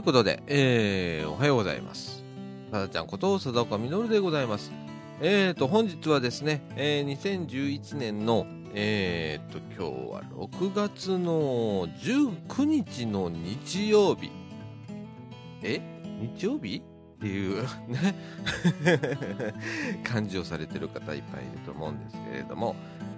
いうことで、おはようございます。さだちゃんこと佐岡みのるでございます。本日はですね、2011年の今日は6月の19日の日曜日。日曜日っていうね感じをされてる方いっぱいいると思うんですけれども、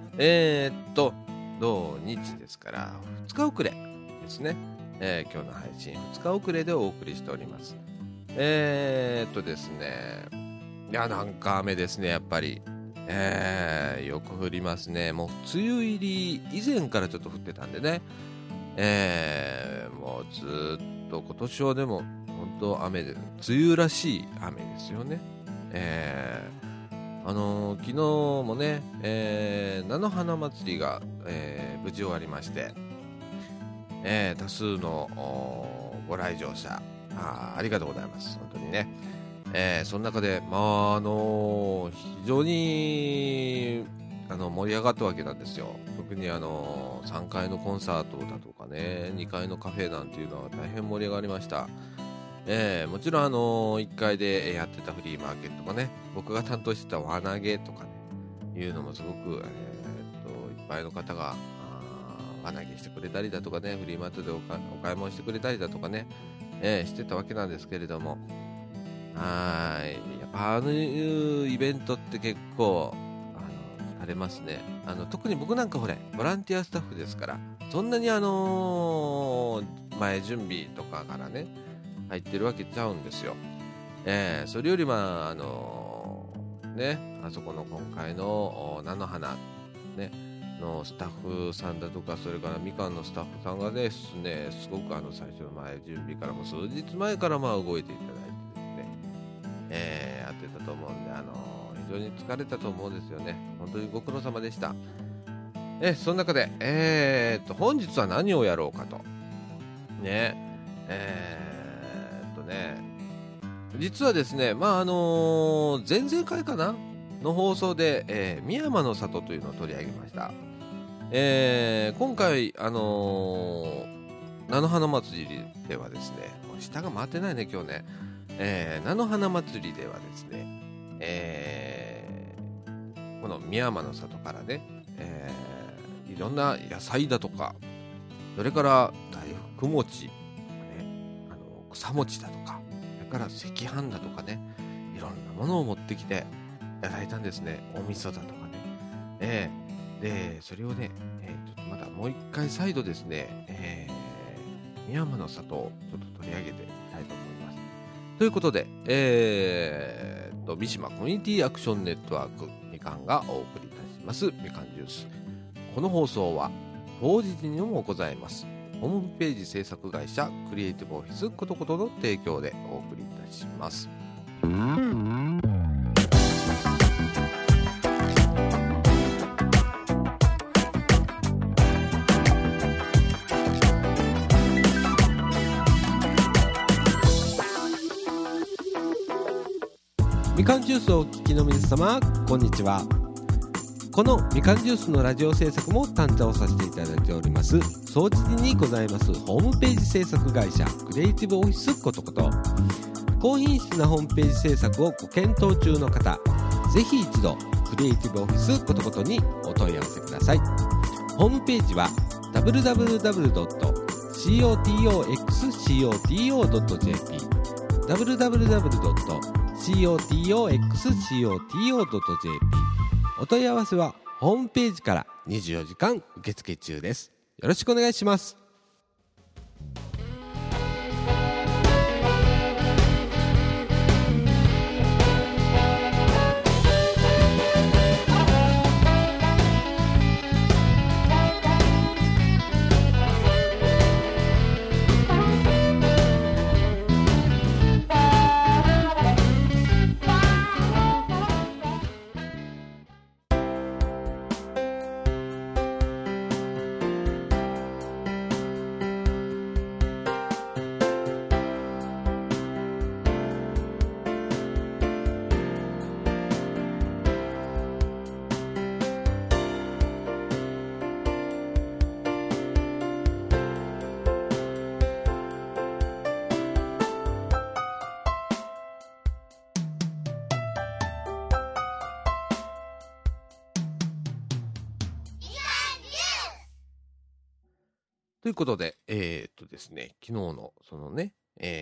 土日ですから2日遅れですね。今日の配信2日遅れでお送りしております。ですね、いやなんか雨ですねやっぱり、よく降りますね。もう梅雨入り以前からちょっと降ってたんでね、もうずっと今年はでも本当雨で梅雨らしい雨ですよね。昨日もね、菜の花祭りが、無事終わりまして、多数のご来場者 ありがとうございます本当にね。その中で非常に盛り上がったわけなんですよ。特に3階のコンサートだとかね、2階のカフェなんていうのは大変盛り上がりました。もちろん1階でやってたフリーマーケットがね、僕が担当してた輪投げとかねいうのもすごく、いっぱいの方が輪投げしてくれたりだとかね、フリーマーケットでお買い物してくれたりだとかね、してたわけなんですけれども、やっぱイベントって結構疲れますね。特に僕なんかボランティアスタッフですから、そんなに前準備とかからね入ってるわけちゃうんですよ。それよりあそこの今回の菜の花ねのスタッフさんだとか、それからみかんのスタッフさんがですね、すごく最初の前準備からも数日前から動いていただいてですね、やってたと思うんで、非常に疲れたと思うんですよね。本当にご苦労様でした。その中で本日は何をやろうかとね、実はですね、前々回かなの放送で、深山の里というのを取り上げました。今回菜の花祭りではですね、下が回ってないね今日ね、菜の花祭りではですね、この深山の里からね、いろんな野菜だとか、それから大福餅、草餅だとか、それから赤飯だとかね、いろんなものを持ってきていただいたんですね。お味噌だとかね、でそれをね、ちょっとまたもう一回再度ですね、深山の里をちょっと取り上げていきたいと思います。ということで、三島コミュニティアクションネットワークみかんがお送りいたしますみかんジュース。この放送は当日にもございますホームページ制作会社クリエイティブオフィスことことの提供でお送りいたします。みかんジュースをお聞きの皆様、こんにちは。このみかんジュースのラジオ制作も担当させていただいております総知事にございますホームページ制作会社クリエイティブオフィスことこと。高品質なホームページ制作をご検討中の方、ぜひ一度クリエイティブオフィスことことにお問い合わせください。ホームページは www.cotoxcoto.jp www.cotoxcoto.jp。 お問い合わせはホームページから24時間受付中です。よろしくお願いします。 ということで、ですね、昨日のそのね、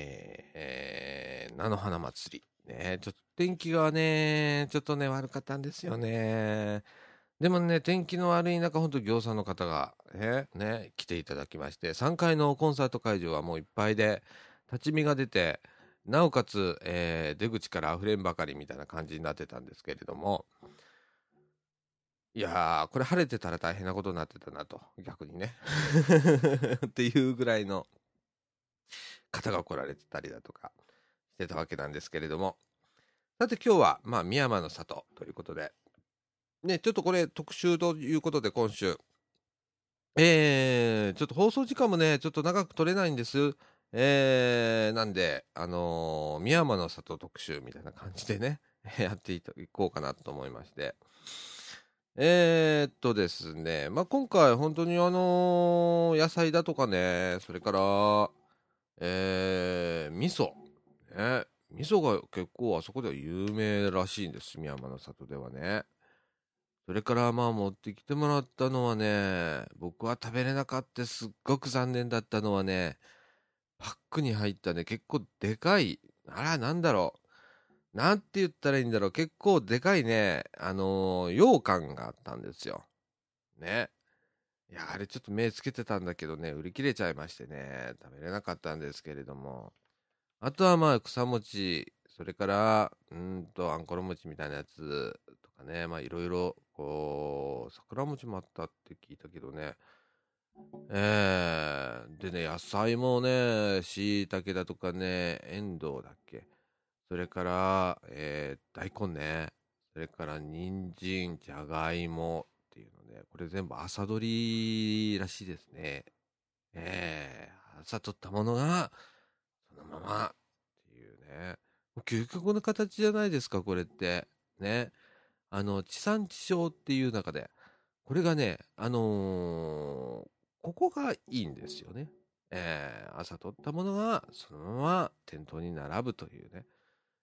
菜の花祭り、ね、ちょっと天気がね、ちょっとね、悪かったんですよね。でもね、天気の悪い中、本当業者の方が、来ていただきまして、3階のコンサート会場はもういっぱいで、立ち見が出て、なおかつ、出口から溢れんばかりみたいな感じになってたんですけれども、いやー、これ晴れてたら大変なことになってたなと、逆にね。っていうぐらいの方が来られてたりだとかしてたわけなんですけれども、さて今日は、まあ、深山の里ということで、ね、ちょっとこれ特集ということで今週、ちょっと放送時間もね、ちょっと長く取れないんです。なんで、深山の里特集みたいな感じでね、やっていこうかなと思いまして。ですね、まあ、今回本当に野菜だとかね、それから、味噌。ね、味噌が結構あそこでは有名らしいんです、深山の里ではね。それからまあ持ってきてもらったのはね、僕は食べれなかったすっごく残念だったのはね、パックに入ったね、結構でかい、なんだろう。なんて言ったらいいんだろう。結構でかいね、羊羹があったんですよ。ね。いや、あれちょっと目つけてたんだけどね、売り切れちゃいましてね、食べれなかったんですけれども。あとはまあ草餅、それからあんころ餅みたいなやつとかね、まあいろいろこう桜餅もあったって聞いたけどね、でね、野菜もね、椎茸だとかね、エンドウだっけ、それから、大根ね、それから人参、じゃがいもっていうのね、これ全部朝取りらしいですね。朝取ったものがそのままっていうね、究極の形じゃないですか、これって。ね。地産地消っていう中で、これがね、ここがいいんですよね。朝取ったものがそのまま店頭に並ぶというね。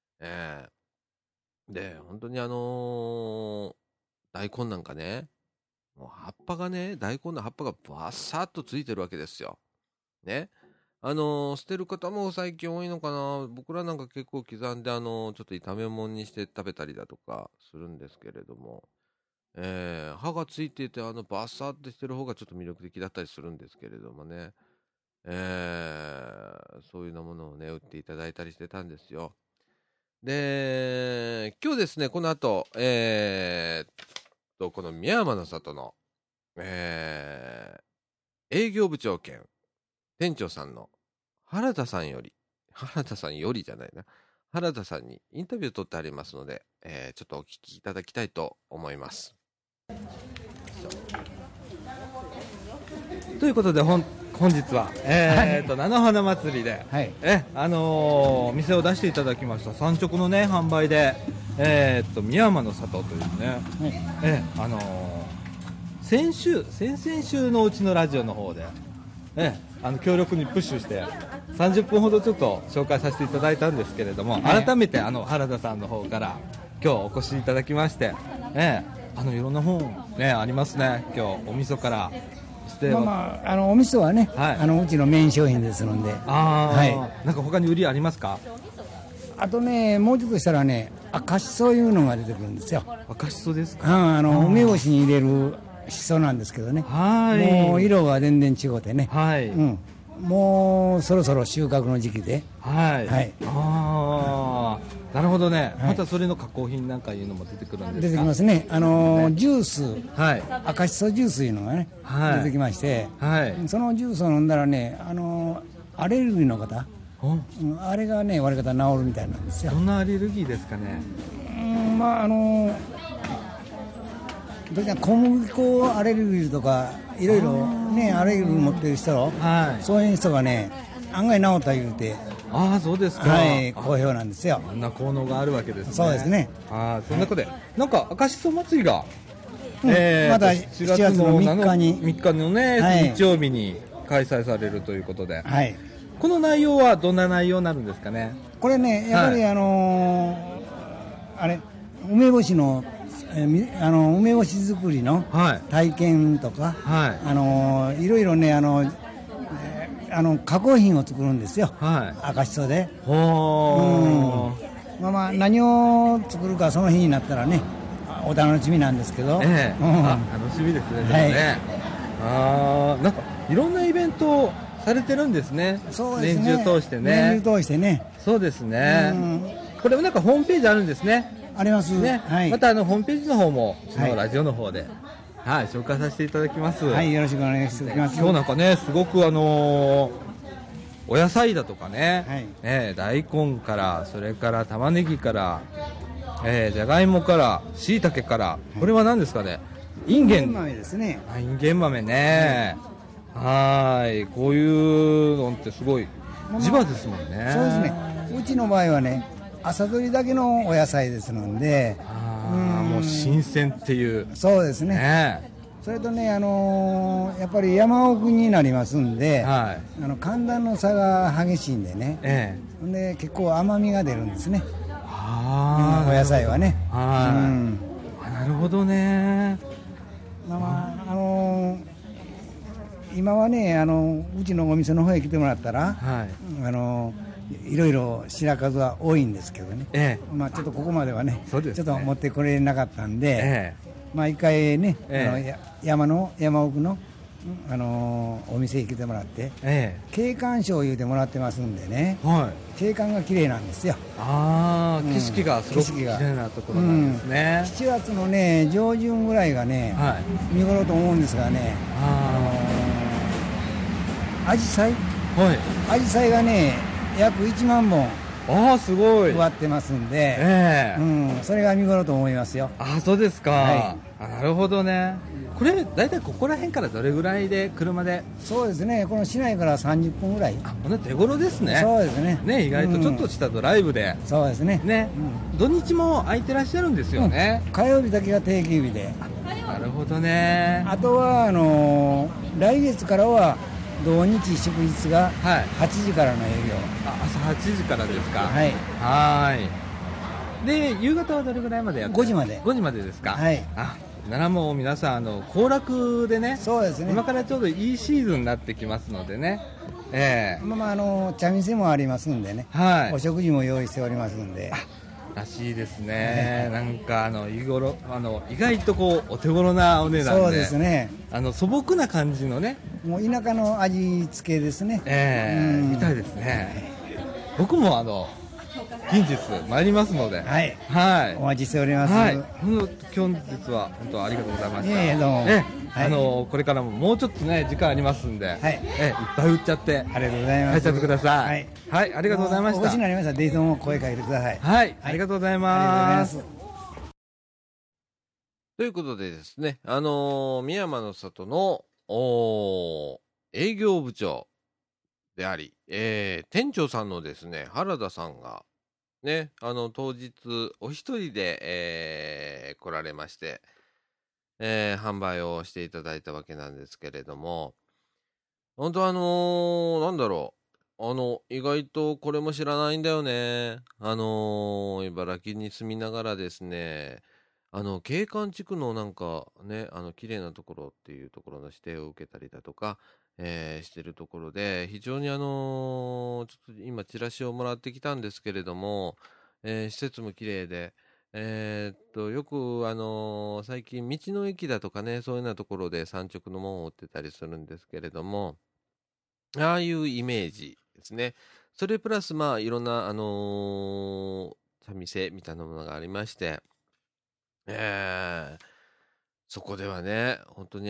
で、本当に大根なんかね、もう葉っぱがね、大根の葉っぱがバッサッとついてるわけですよ。ね。捨てる方も最近多いのかな。僕らなんか結構刻んでちょっと炒め物にして食べたりだとかするんですけれども、刃がついていてバッサッとしてる方がちょっと魅力的だったりするんですけれどもね、そういうようなものをね売っていただいたりしてたんですよ。で、今日ですね、この後この宮山の里の、営業部長兼店長さんの原田さんよりじゃないな、原田さんにインタビューを取ってありますので、ちょっとお聞きいただきたいと思います。ということで本日は、菜の花祭りで、はい、店を出していただきました産直のね販売で、深山の里というね、はい、先々週のうちのラジオの方で、強力にプッシュして30分ほどちょっと紹介させていただいたんですけれども、改めて原田さんの方から今日お越しいただきまして、いろんな本、ね、ありますね。今日お味噌からして、お味噌はね、はい、うちのメイン商品ですので、 はい、なんか他に売りありますか？ あとね、もうちょっとしたらね、赤しそいうのが出てくるんですよ。 赤しそですか？ 梅干しに入れるしそなんですけどね、はい、もう色が全然違うてね、はい、もうそろそろ収穫の時期で、 はい、はい、なるほどね、はい、またそれの加工品なんかいうのも出てくるんですか？ 出てきますね。ジュース、はい、赤しそジュースいうのがね、はい、出てきまして、はい、そのジュースを飲んだらね、アレルギーの方、あれがね、割り方治るみたいなんですよ。 どんなアレルギーですかね？ 小麦粉アレルギーとかいろいろね、アレルギー持ってる人、はい、そういう人がね案外治った言うて、 そうですか、 はい、好評なんですよ。 こんな効能があるわけですね。 そうですね。 その中で、なんか赤しそ祭りが、 また7月の3 日のね、はい、日曜日に開催されるということで、はい、この内容はどんな内容になるんですかね？ これね、やっぱり、梅干しの梅干し作りの体験とか、はい、いろいろね加工品を作るんですよ、赤しそで。何を作るかその日になったらね、お楽しみなんですけど、 楽しみですね。なんかいろんなイベントされてるんですね。 そうですね。 年中通してね。 年中通してね。 そうですね。これもなんかホームページあるんですね。 ありますね。 またホームページの方もラジオの方で紹介させていただきます。 はい、よろしくお願いします。 今日なんかね、すごくお野菜だとかね、大根から、それから玉ねぎから、じゃがいもから、しいたけから、これは何ですかね、インゲン豆ですね。 インゲン豆ね、こういうのってすごい地場ですもんね。 そうですね。うちの場合はね、朝採りだけのお野菜ですので、 もう新鮮っていう。 そうですね。それとね、やっぱり山奥になりますんで、寒暖の差が激しいんでね、で結構甘みが出るんですね、お野菜はね。 なるほどね。 今はね、うちのお店の方へ来てもらったら、いろいろ品数は多いんですけどね、ちょっとここまではね、ちょっと持ってこれなかったんで、一回ね、山奥の、お店へ来てもらって、景観賞を言うてもらってますんでね、景観が綺麗なんですよ。 景色がすごく綺麗なところなんですね。 7月のね、上旬ぐらいがね、見頃と思うんですがね、アジサイがね、約1万本すごい植わってますんで、それが見頃と思いますよ。 そうですか。なるほどね。これ大体ここら辺からどれぐらいで車で？ そうですね、この市内から30分ぐらい。 手頃ですね。 そうですね。 意外とちょっとしたドライブで。 そうですね。 土日も空いてらっしゃるんですよね。 火曜日だけが定休日で。 なるほどね。 あとは来月からは土日祝日が8時からの営業。 朝8時からですか。 はい。 で、夕方はどれぐらいまでやってる？ 5時まで。 5時までですか。 はい。 ならもう皆さん行楽でね。 そうですね。 今からちょうどいいシーズンになってきますのでね。 茶店もありますんでね。お食事も用意しておりますんで。 らしいですね。なんか意外とお手頃なお値段で。 そうですね。 素朴な感じのね。 もう田舎の味付けですね。 みたいですね。僕も近日参りますので、 お待ちしております。 今日は本当ありがとうございました。 どうも。 これからももうちょっとね時間ありますんで、いっぱい売っちゃってありがとうございます。 入っちゃってください。ありがとうございました。 お越しになりましたらぜひとも声かけてください。 ありがとうございます。 ということでですね、宮山の里の営業部長であり、店長さんのですね原田さんがね、当日お一人で、来られまして、販売をしていただいたわけなんですけれども、本当なんだろう、意外とこれも知らないんだよね。茨城に住みながらですね、景観地区のなんかね、綺麗なところっていうところの指定を受けたりだとか、してるところで、非常にちょっと今チラシをもらってきたんですけれども、施設も綺麗で、よく最近道の駅だとかね、そういうようなところで産直のものを売ってたりするんですけれども、ああいうイメージですね。それプラスいろんな茶店みたいなものがありまして、そこではね、本当に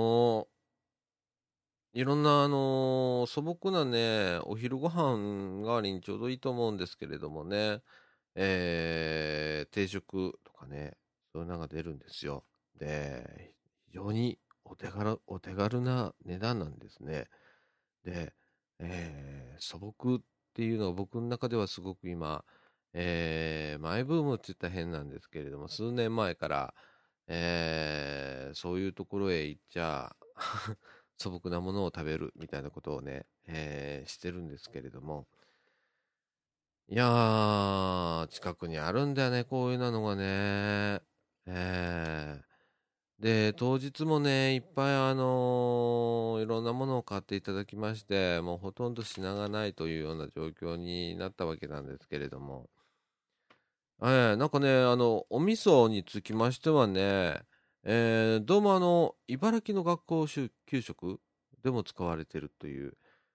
いろんな素朴なね、お昼ご飯代わりにちょうどいいと思うんですけれどもね、定食とかね、そういうのが出るんですよ。で、非常にお手軽な値段なんですね。で、素朴っていうのは僕の中ではすごく今、マイブームって言ったら変なんですけれども、数年前から、そういうところへ行っちゃ素朴なものを食べるみたいなことをね、してるんですけれども、いやー、近くにあるんだよね、こういうのがね。 で、当日もね、いっぱいいろんなものを買っていただきまして、もうほとんど品がないというような状況になったわけなんですけれども、なんかね、お味噌につきましてはね、どうも茨城の学校給食でも使われているという、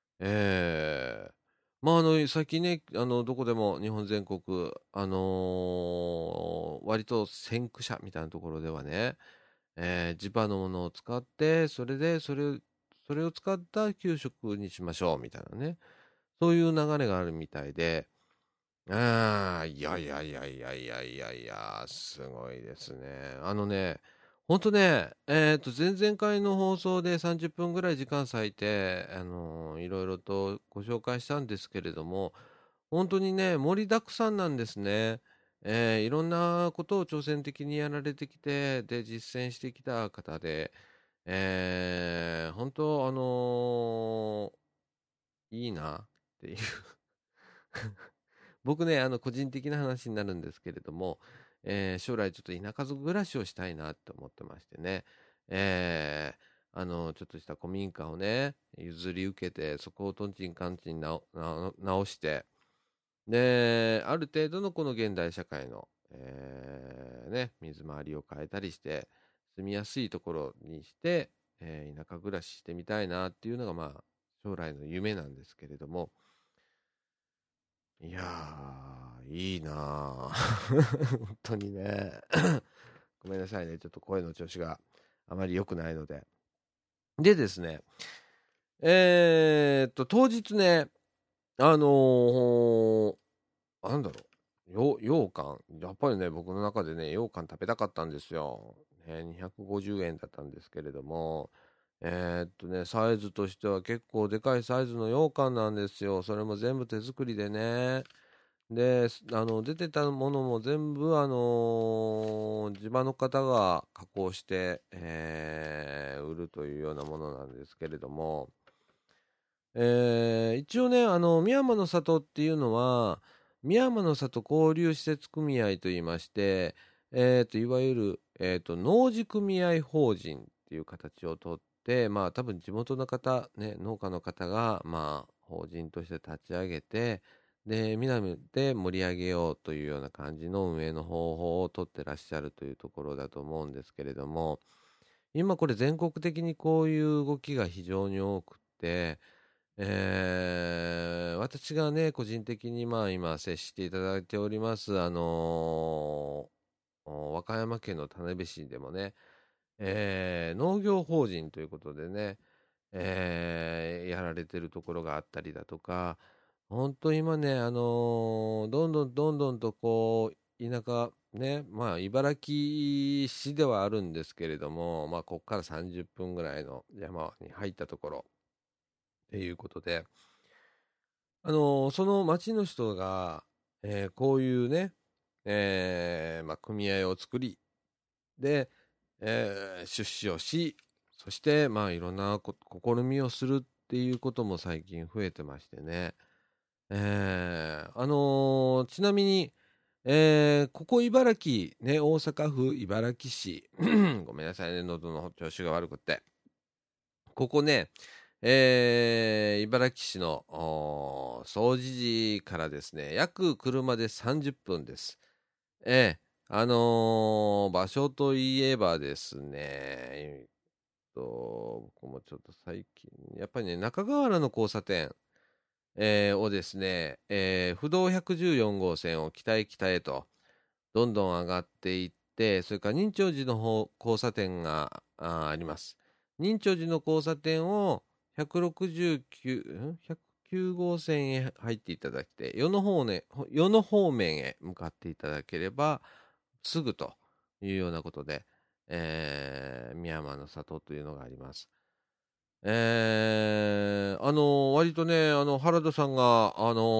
まあ最近ね、どこでも日本全国、割と先駆者みたいなところではね、地場のものを使って、それを使った給食にしましょうみたいなね、そういう流れがあるみたいで、いやいやいやいやいやいやいや、すごいですね。ほんとね、前々回の放送で30分ぐらい時間割いて、いろいろとご紹介したんですけれども、本当にね、盛りだくさんなんですね。いろんなことを挑戦的にやられてきて、で、実践してきた方で、本当、いいなっていう僕ね、個人的な話になるんですけれども、将来ちょっと田舎暮らしをしたいなって思ってましてね、ちょっとした古民家をね、譲り受けて、そこをとんちんかんちん直して、で、ある程度のこの現代社会の、水回りを変えたりして、住みやすいところにして、田舎暮らししてみたいなっていうのが、まあ、将来の夢なんですけれども、いやー、いいなー本当にね。ごめんなさいね。ちょっと声の調子があまり良くないので。でですね、当日ね、あのーなんだろ羊羹。やっぱりね、僕の中でね、羊羹食べたかったんですよ。ね、250円だったんですけれども、サイズとしては結構でかいサイズの羊羹なんですよ。それも全部手作りでね。で、出てたものも全部、地場の方が加工して、売るというようなものなんですけれども、一応ね、宮山の里っていうのは、宮山の里交流施設組合といいまして、いわゆる、農事組合法人っていう形をとって、まあ、多分地元の方、ね、農家の方が、まあ、法人として立ち上げて、で、南で盛り上げようというような感じの運営の方法をとってらっしゃるというところだと思うんですけれども、今これ全国的にこういう動きが非常に多くて、私がね、個人的にまあ今接していただいております、和歌山県の田辺市でもね、農業法人ということでね、やられてるところがあったりだとか、本当今ね、どんどんどんどんとこう、田舎、ね、まあ茨城市ではあるんですけれども、まあここから30分ぐらいの山に入ったところっていうことで、その町の人が、こういうね、まあ、組合を作り、で、出資をし、そして、まあ、いろんな試みをするっていうことも最近増えてましてね。ちなみに、ここ茨城、ね、大阪府茨城市、ごめんなさいね、喉の調子が悪くって。ここね、茨城市の総除寺からですね、約車で30分です。場所といえばですね、僕もちょっと最近、やっぱりね、中川原の交差点、をですね、不動114号線を北へ北へと、どんどん上がっていって、それから仁長寺の交差点があります。仁長寺の交差点を169、109号線へ入っていただいて、与野方面へ向かっていただければ、すぐというようなことで、宮山の里というのがあります。割とね、原田さんが、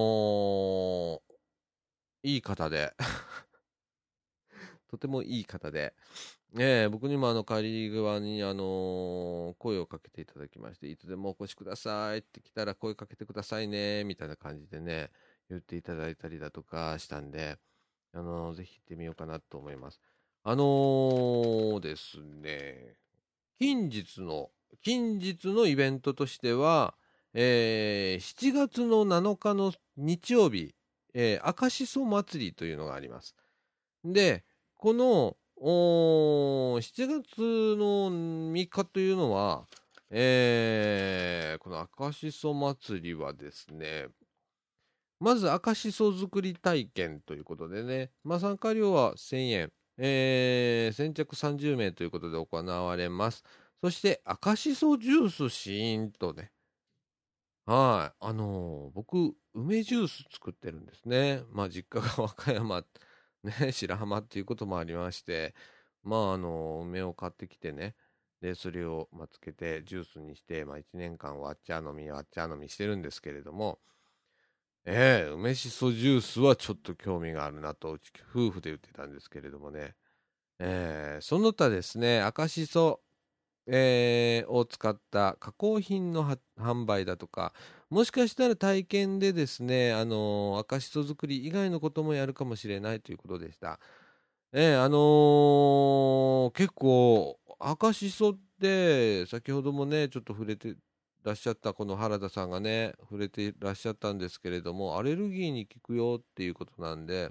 いい方でとてもいい方で、僕にも帰り際に、声をかけていただきまして、いつでもお越しくださいって来たら声かけてくださいね、みたいな感じでね、言っていただいたりだとかしたんで、ぜひ行ってみようかなと思います。 ですね、近日のイベントとしては、7月の7日の日曜日、赤しそ祭りというのがあります。で、この7月の3日というのは、この赤しそ祭りはですね、まず赤しそ作り体験ということでね、参加料は1000円、先着30名ということで行われます。そして赤しそジュースシーンとね、はい、僕、梅ジュース作ってるんですね。実家が和歌山、ね、白浜っていうこともありまして、梅を買ってきてね、で、それを、つけてジュースにして、1年間わっちゃ飲みしてるんですけれども、梅しそジュースはちょっと興味があるなと、うち夫婦で言ってたんですけれどもね、その他ですね、赤しそ、を使った加工品の販売だとか、もしかしたら体験でですね、赤しそ作り以外のこともやるかもしれないということでした。結構赤しそって先ほどもねちょっと触れてらっしゃったこの原田さんがね触れていらっしゃったんですけれども、アレルギーに効くよっていうことなんで、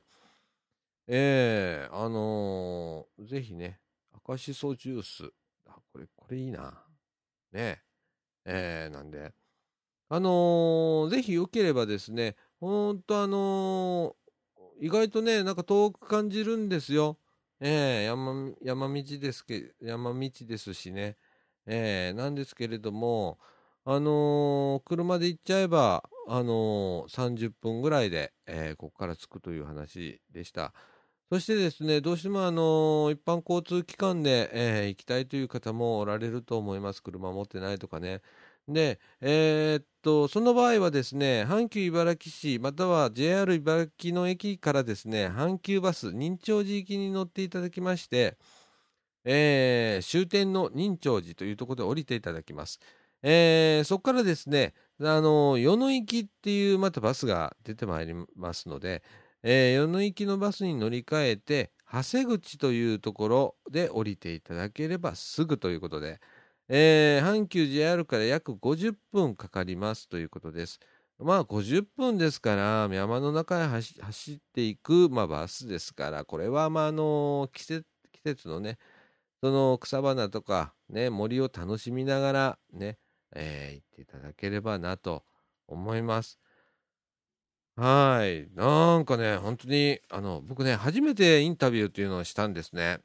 ぜひね赤しそジュース、これいいなね、なんでぜひよければですね、ほんと意外とね、なんか遠く感じるんですよ。山道ですしね。なんですけれども、車で行っちゃえば、30分ぐらいで、ここから着くという話でした。そしてですね、どうしても一般交通機関で、行きたいという方もおられると思います。車持ってないとかね。で、その場合はですね、阪急茨城市、または JR 茨城の駅からですね、阪急バス、任長寺行きに乗っていただきまして、終点の任長寺というところで降りていただきます。そこからですね、与野行きっていうまたバスが出てまいりますので、与野行きのバスに乗り換えて、長谷口というところで降りていただければすぐということで、阪急 JR から約50分かかりますということです。50分ですから、山の中へ走っていく、バスですから、これは季節のね、その草花とか、ね、森を楽しみながらね、行っていただければなと思います。はい。なんかね、本当に、僕ね、初めてインタビューっていうのをしたんですね。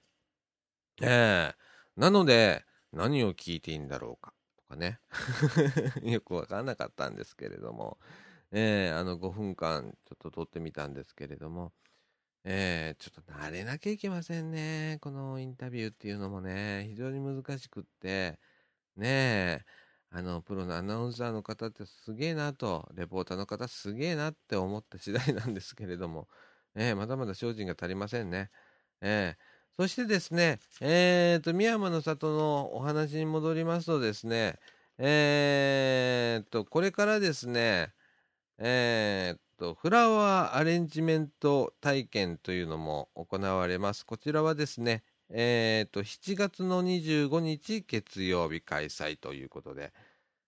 なので、何を聞いていいんだろうかとかねよく分からなかったんですけれども、5分間ちょっと撮ってみたんですけれども、ちょっと慣れなきゃいけませんね、このインタビューっていうのもね非常に難しくって、ねプロのアナウンサーの方ってすげえなと、レポーターの方すげえなって思った次第なんですけれども、まだまだ精進が足りませんね。そしてですね、深山の里のお話に戻りますとですね、これからですね、フラワーアレンジメント体験というのも行われます。こちらはですね、7月の25日月曜日開催ということで、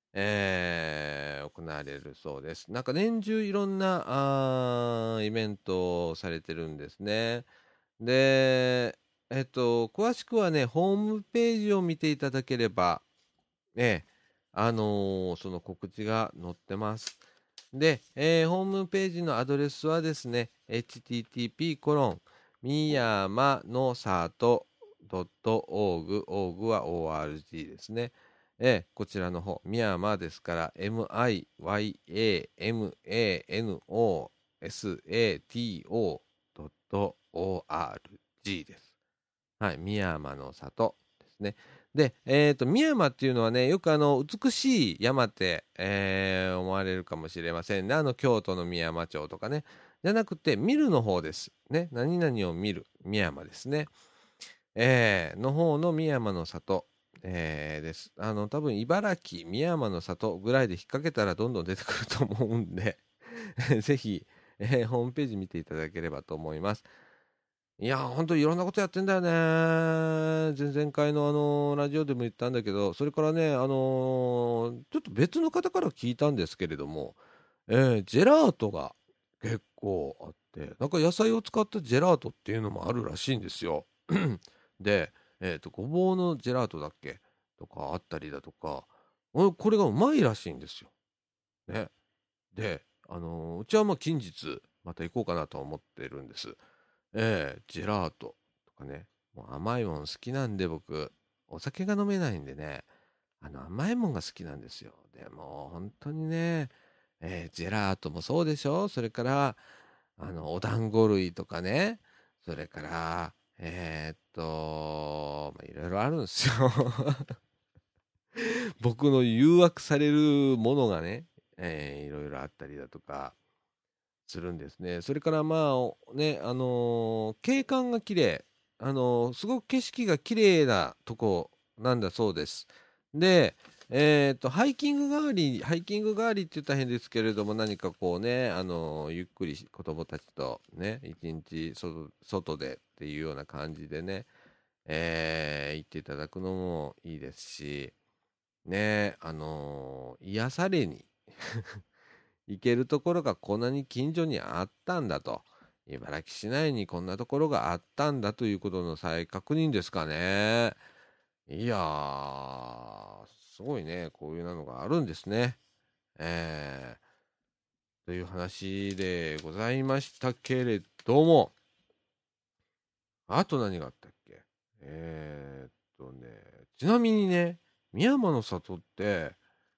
行われるそうです。なんか年中いろんなイベントをされてるんですね。で、詳しくはね、ホームページを見ていただければ、ね、その告知が載ってます。で、ホームページのアドレスはですね、http:みやまのさと .org、org は org ですね。こちらの方、みやまですから、miyamanosato.org です。はい、みやまの里ですね。で、深山っていうのはね、よく美しい山って、思われるかもしれませんね。京都の深山町とかね。じゃなくて、見るの方です。ね。何々を見る。深山ですね。の方の深山の里、です。多分、茨城、深山の里ぐらいで引っ掛けたらどんどん出てくると思うんで、ぜひ、ホームページ見ていただければと思います。 いや本当いろんなことやってんだよね。前々回のラジオでも言ったんだけど、それからね、ちょっと別の方から聞いたんですけれども、ジェラートが結構あって、なんか野菜を使ったジェラートっていうのもあるらしいんですよ。で、ごぼうのジェラートだっけとかあったりだとか、これがうまいらしいんですよ。ね。で、うちはまあ近日また行こうかなとは思ってるんです。ジェラートとかね、もう甘いもん好きなんで僕、お酒が飲めないんでね、甘いもんが好きなんですよ。でも本当にね、ジェラートもそうでしょ。それからお団子類とかね、それからまあいろいろあるんですよ。僕の誘惑されるものがね、いろいろあったりだとかするんですね。それからまあね、景観が綺麗、すごく景色が綺麗なとこなんだそうです。で、ハイキング代わりって言ったら変ですけれども、何かこうね、ゆっくり子供たちとね、一日外でっていうような感じでね、行っていただくのもいいですし、ね、癒されに行けるところがこんなに近所にあったんだと。茨城市内にこんなところがあったんだということの再確認ですかね。いやー、すごいね、こういうのがあるんですね。という話でございましたけれども、あと何があったっけ。ちなみにね、深山の里って、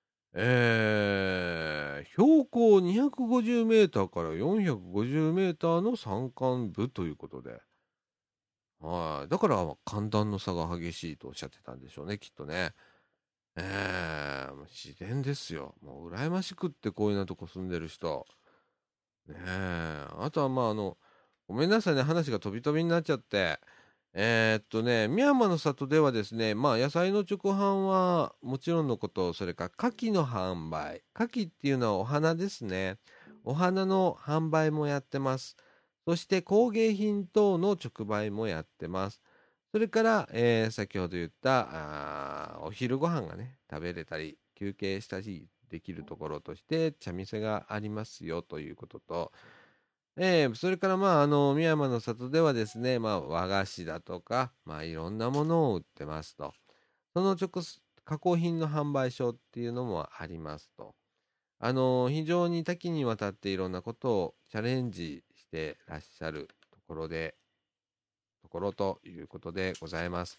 標高250メーターから450メーターの山間部ということで、はい。だから寒暖の差が激しいとおっしゃってたんでしょうね、きっとね。もう自然ですよ。もう羨ましくってこういうようなとこ住んでる人。ねえ。あとはまあごめんなさいね、話が飛び飛びになっちゃって。深山の里ではですね、まあ野菜の直販はもちろんのこと、それから牡蠣の販売。牡蠣っていうのはお花ですね。お花の販売もやってます。そして工芸品等の直売もやってます。それから、先ほど言ったお昼ご飯がね、食べれたり、休憩したりできるところとして茶店がありますよということと、それからまあ深山の里ではですね、まあ和菓子だとか、まあいろんなものを売ってますと。その加工品の販売所っていうのもありますと。非常に多岐にわたっていろんなことをチャレンジしてらっしゃるところということでございます。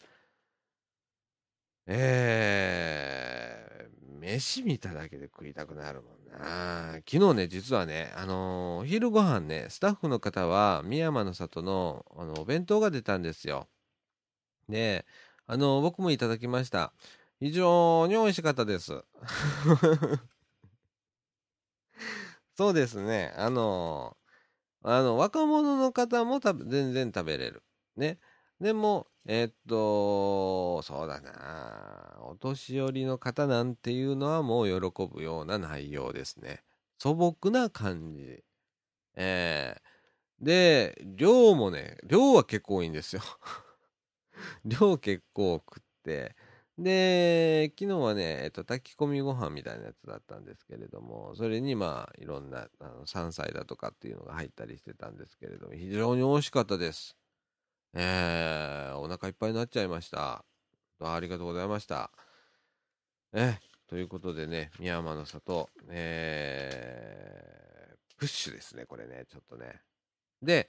飯見ただけで食いたくなるもんな。昨日ね、実はね、お昼ご飯ね、スタッフの方は、深山の里の、お弁当が出たんですよ。で、僕もいただきました。非常に美味しかったです。そうですね。若者の方も全然食べれる。ね。でも、そうだな。お年寄りの方なんていうのはもう喜ぶような内容ですね。素朴な感じ。で、量は結構多いんですよ。量結構食って。で、昨日はね、炊き込みご飯みたいなやつだったんですけれども、それにまあ、いろんな山菜だとかっていうのが入ったりしてたんですけれども、非常に美味しかったです。お腹いっぱいになっちゃいました。ありがとうございました。ということでね、深山の里、プッシュですね、これね、ちょっとね。で、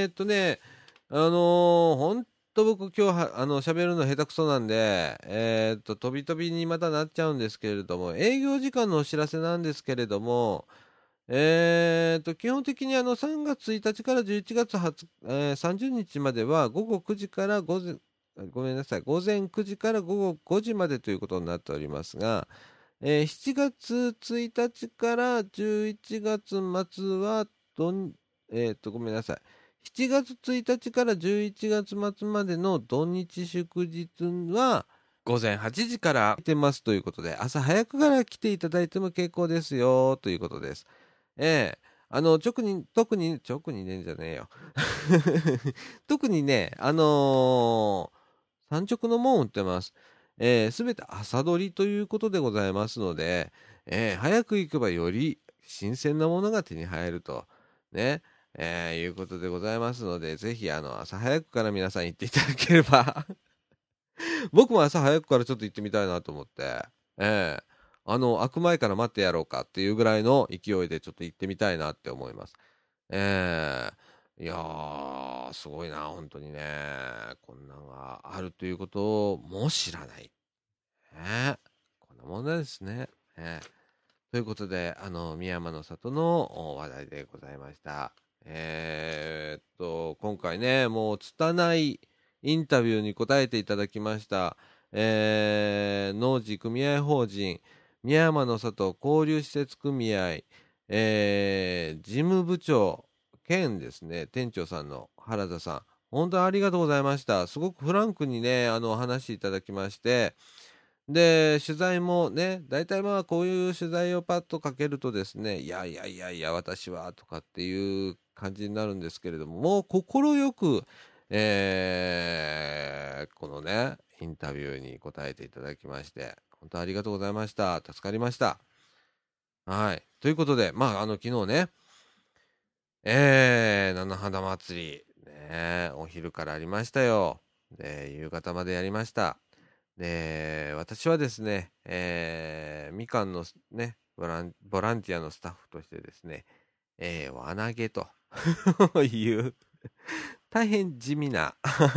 ほんと僕今日喋るの下手くそなんで、飛び飛びにまたなっちゃうんですけれども、営業時間のお知らせなんですけれども、基本的に3月1日から11月30日までは午後9時から午前9時から午後5時までということになっておりますが、7月1日から11月末はごめんなさい。7月1日から11月末までの土日祝日は午前8時から来てますということで、朝早くから来ていただいても結構ですよということです。 特にねじゃねえよ。特にね、産直のもん売ってます。すべて朝取りということでございますので、早く行けばより新鮮なものが手に入ると、ね、いうことでございますので、ぜひ朝早くから皆さん行っていただければ僕も朝早くからちょっと行ってみたいなと思って、開く前から待ってやろうかっていうぐらいの勢いでちょっと行ってみたいなって思います。いやー、すごいな、本当にね。こんなんがあるということをもう知らない。こんなもんですね。ということで、宮山の里の話題でございました。今回ね、もう拙いインタビューに答えていただきました。農事組合法人宮山の里交流施設組合、事務部長兼ですね、店長さんの原田さん、本当にありがとうございました。すごくフランクにね、話していただきまして、で、取材もね、大体まあこういう取材をパッとかけるとですね、いや、私はとかっていう感じになるんですけれども、もう快く、このね、インタビューに答えていただきまして、本当ありがとうございました。助かりました。はい。ということで、まあ、昨日ね、菜の花祭り、ね、お昼からありましたよ。で、夕方までやりました。で、私はですね、みかんのね、ボランティアのスタッフとしてですね、輪投げという大変地味な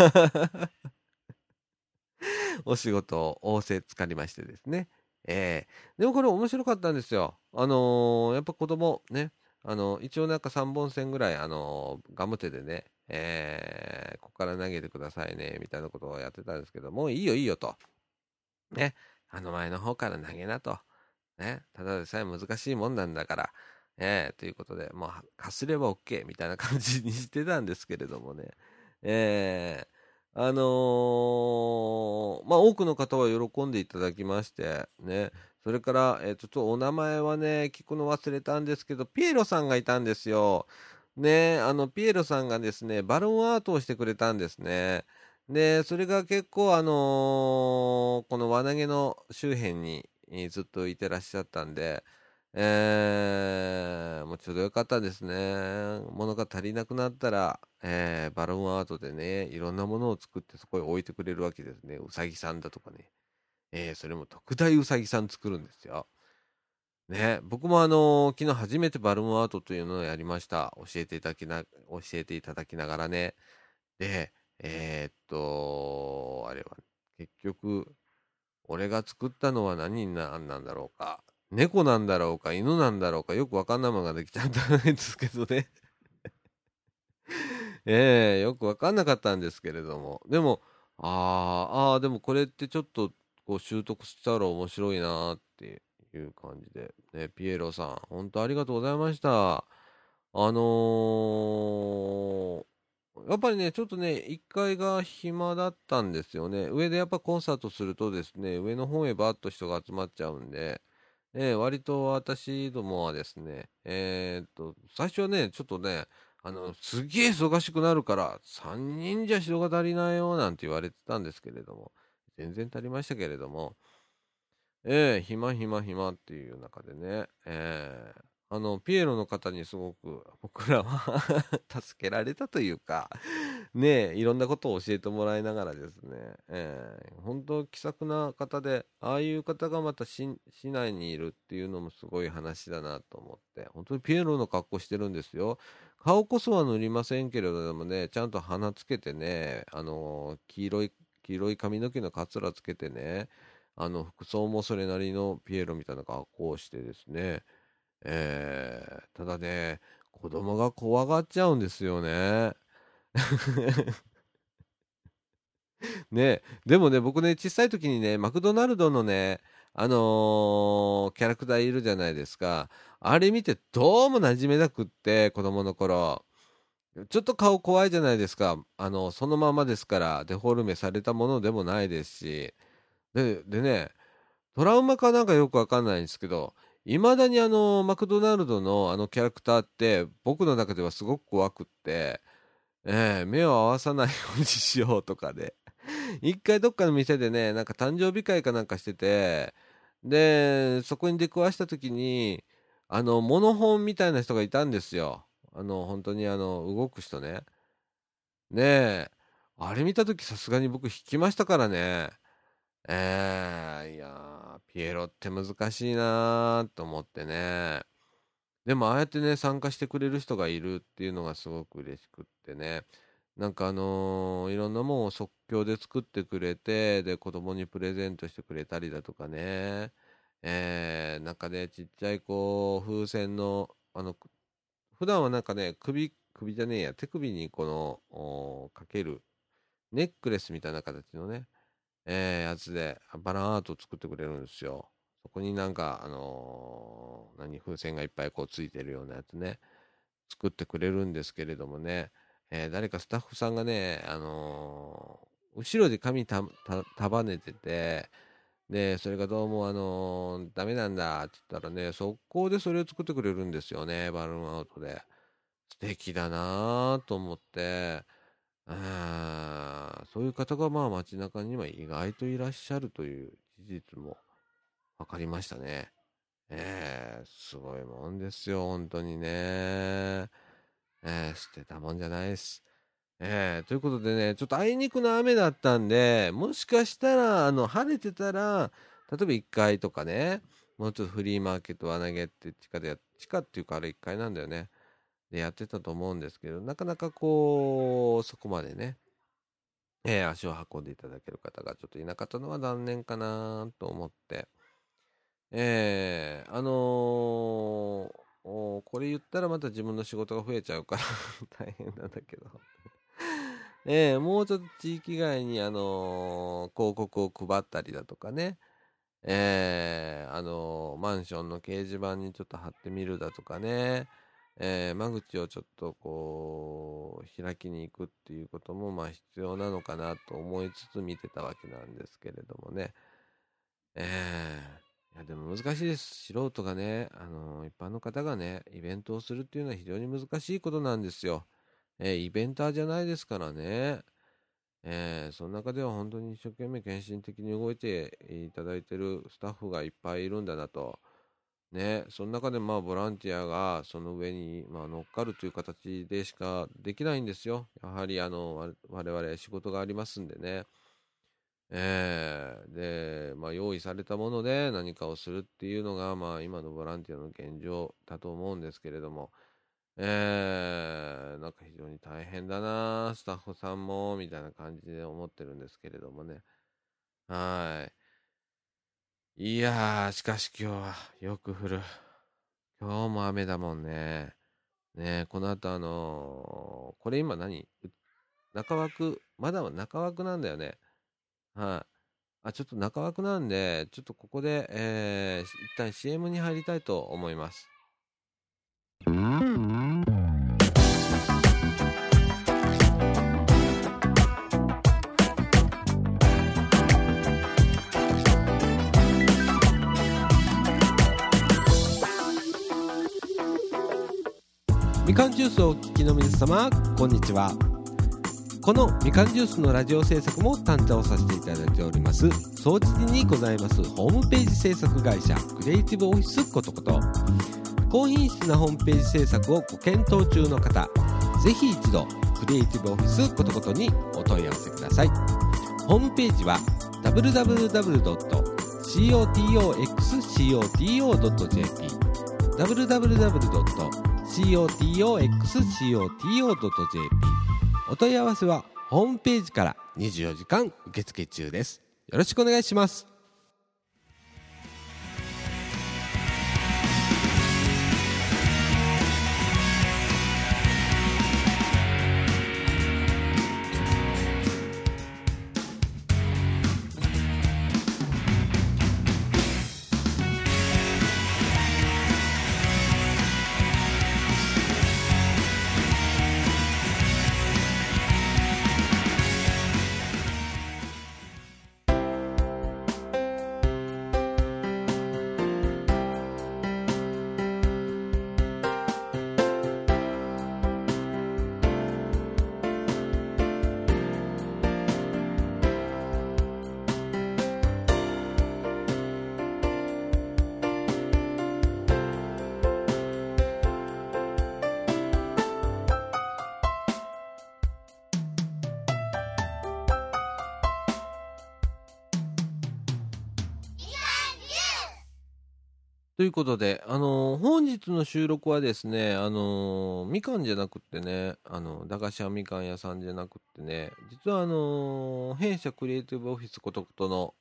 お仕事を仰せつかりましてですね。でもこれ面白かったんですよ。やっぱ子供ね、一応なんか3本線ぐらい、ガム手でね、ここから投げてくださいね、みたいなことをやってたんですけど、もういいよと。ね、前の方から投げなと。ね、ただでさえ難しいもんなんだから、ということで、もう、かすれば OK みたいな感じにしてたんですけれどもね。まあ、多くの方は喜んでいただきまして、ね。それから、ちょっとお名前はね、聞くの忘れたんですけど、ピエロさんがいたんですよ。ね、ピエロさんがですね、バルーンアートをしてくれたんですね。で、それが結構この輪投げの周辺にずっといてらっしゃったんで、もうちょうどよかったですね。物が足りなくなったら、バルーンアートでね、いろんなものを作ってそこへ置いてくれるわけですね。うさぎさんだとかね。それも特大うさぎさん作るんですよ。ね、僕も昨日初めてバルーンアートというのをやりました。教えていただきながらね。で、あれは、結局、俺が作ったのは何なんだろうか。猫なんだろうか、犬なんだろうか、よくわかんないものができたんじゃないですけどね。よくわかんなかったんですけれども。でも、でもこれってちょっと、こう習得したら面白いなっていう感じで。ね、ピエロさん、本当ありがとうございました。やっぱりね、ちょっとね、1階が暇だったんですよね。上でやっぱコンサートするとですね、上の方へバーッと人が集まっちゃうんで、割と私どもはですね、最初はね、ちょっとね、すげえ忙しくなるから、3人じゃ人が足りないよ、なんて言われてたんですけれども、全然足りましたけれども、暇っていう中でね、ピエロの方にすごく僕らは助けられたというか、ね、いろんなことを教えてもらいながらですね、本当気さくな方で、ああいう方がまた市内にいるっていうのもすごい話だなと思って、本当にピエロの格好してるんですよ。顔こそは塗りませんけれどもね、ちゃんと鼻つけてね、黄色い髪の毛のかつらつけてね、服装もそれなりのピエロみたいな格好をしてですね、ただね、子供が怖がっちゃうんですよね。ね、でもね、僕ね、小さい時にね、マクドナルドのね、キャラクターいるじゃないですか。あれ見てどうも馴染めなくって、子供の頃。ちょっと顔怖いじゃないですか。そのままですから、デフォルメされたものでもないですし。でね、トラウマかなんかよくわかんないんですけど、 未だにマクドナルドのキャラクターって僕の中ではすごく怖くって、目を合わさないようにしようとかで一回どっかの店でね、なんか誕生日会かなんかしてて、でそこに出くわした時にモノホンみたいな人がいたんですよ。本当に動く人ね。ねえ、あれ見た時さすがに僕引きましたからね。いやピエロって難しいなと思ってね。でもああやってね参加してくれる人がいるっていうのがすごく嬉しくってね。なんかいろんなものを即興で作ってくれて、で子供にプレゼントしてくれたりだとかね。なんかね、ちっちゃい風船の普段はなんかね、首じゃねえや、手首にかけるネックレスみたいな形のね、やつでバランアートを作ってくれるんですよ。そこになんか風船がいっぱいついてるようなやつね、作ってくれるんですけれどもね、誰かスタッフさんがね、後ろで髪束ねてて、でそれがどうもダメなんだって言ったらね、速攻でそれを作ってくれるんですよね、バルーンアウトで。素敵だなと思って、そういう方が街中には意外といらっしゃるという事実も分かりましたね。すごいもんですよ本当にね。捨てたもんじゃないです。ということでね、ちょっとあいにくの雨だったんで、もしかしたら晴れてたら、例えば1階とかね、もうちょっとフリーマーケット輪投げって地下っていうかあれ1階なんだよね、でやってたと思うんですけど、なかなかそこまでね、足を運んでいただける方がちょっといなかったのは残念かなと思って、これ言ったらまた自分の仕事が増えちゃうから大変なんだけどもうちょっと地域外に広告を配ったりだとかね、マンションの掲示板にちょっと貼ってみるだとかね、間口をちょっと開きに行くっていうことも必要なのかなと思いつつ見てたわけなんですけれどもね。いやでも難しいです。素人がね、一般の方がねイベントをするっていうのは非常に難しいことなんですよ。イベンターじゃないですからね。その中では本当に一生懸命献身的に動いていただいてるスタッフがいっぱいいるんだなとね。その中でボランティアがその上に乗っかるという形でしかできないんですよ。やはり我々仕事がありますんでね。で用意されたもので何かをするっていうのが今のボランティアの現状だと思うんですけれども、なんか非常に大変だなスタッフさんもみたいな感じで思ってるんですけれどもね。いやー、しかし今日はよく降る。今日も雨だもんね。この後これ今中枠、まだ中枠なんだよね。ちょっと中枠なんで、ちょっとここで、一旦 CM に入りたいと思います。みかんジュースをお聞きの皆様、こんにちは。このみかんジュースのラジオ制作も担当させていただいております総知事にございますホームページ制作会社クリエイティブオフィスことこと。高品質なホームページ制作をご検討中の方、ぜひ一度クリエイティブオフィスことことにお問い合わせください。ホームページは www.cotoxcoto.jp www.cotoxcoto.jp。 お問い合わせはホームページから24時間受付中です。よろしくお願いします。 ということで、本日の収録はですね、本日の収録はですね、みかんじゃなくってね、駄菓子屋みかん屋さんじゃなくってね、実は弊社クリエイティブオフィスことことの、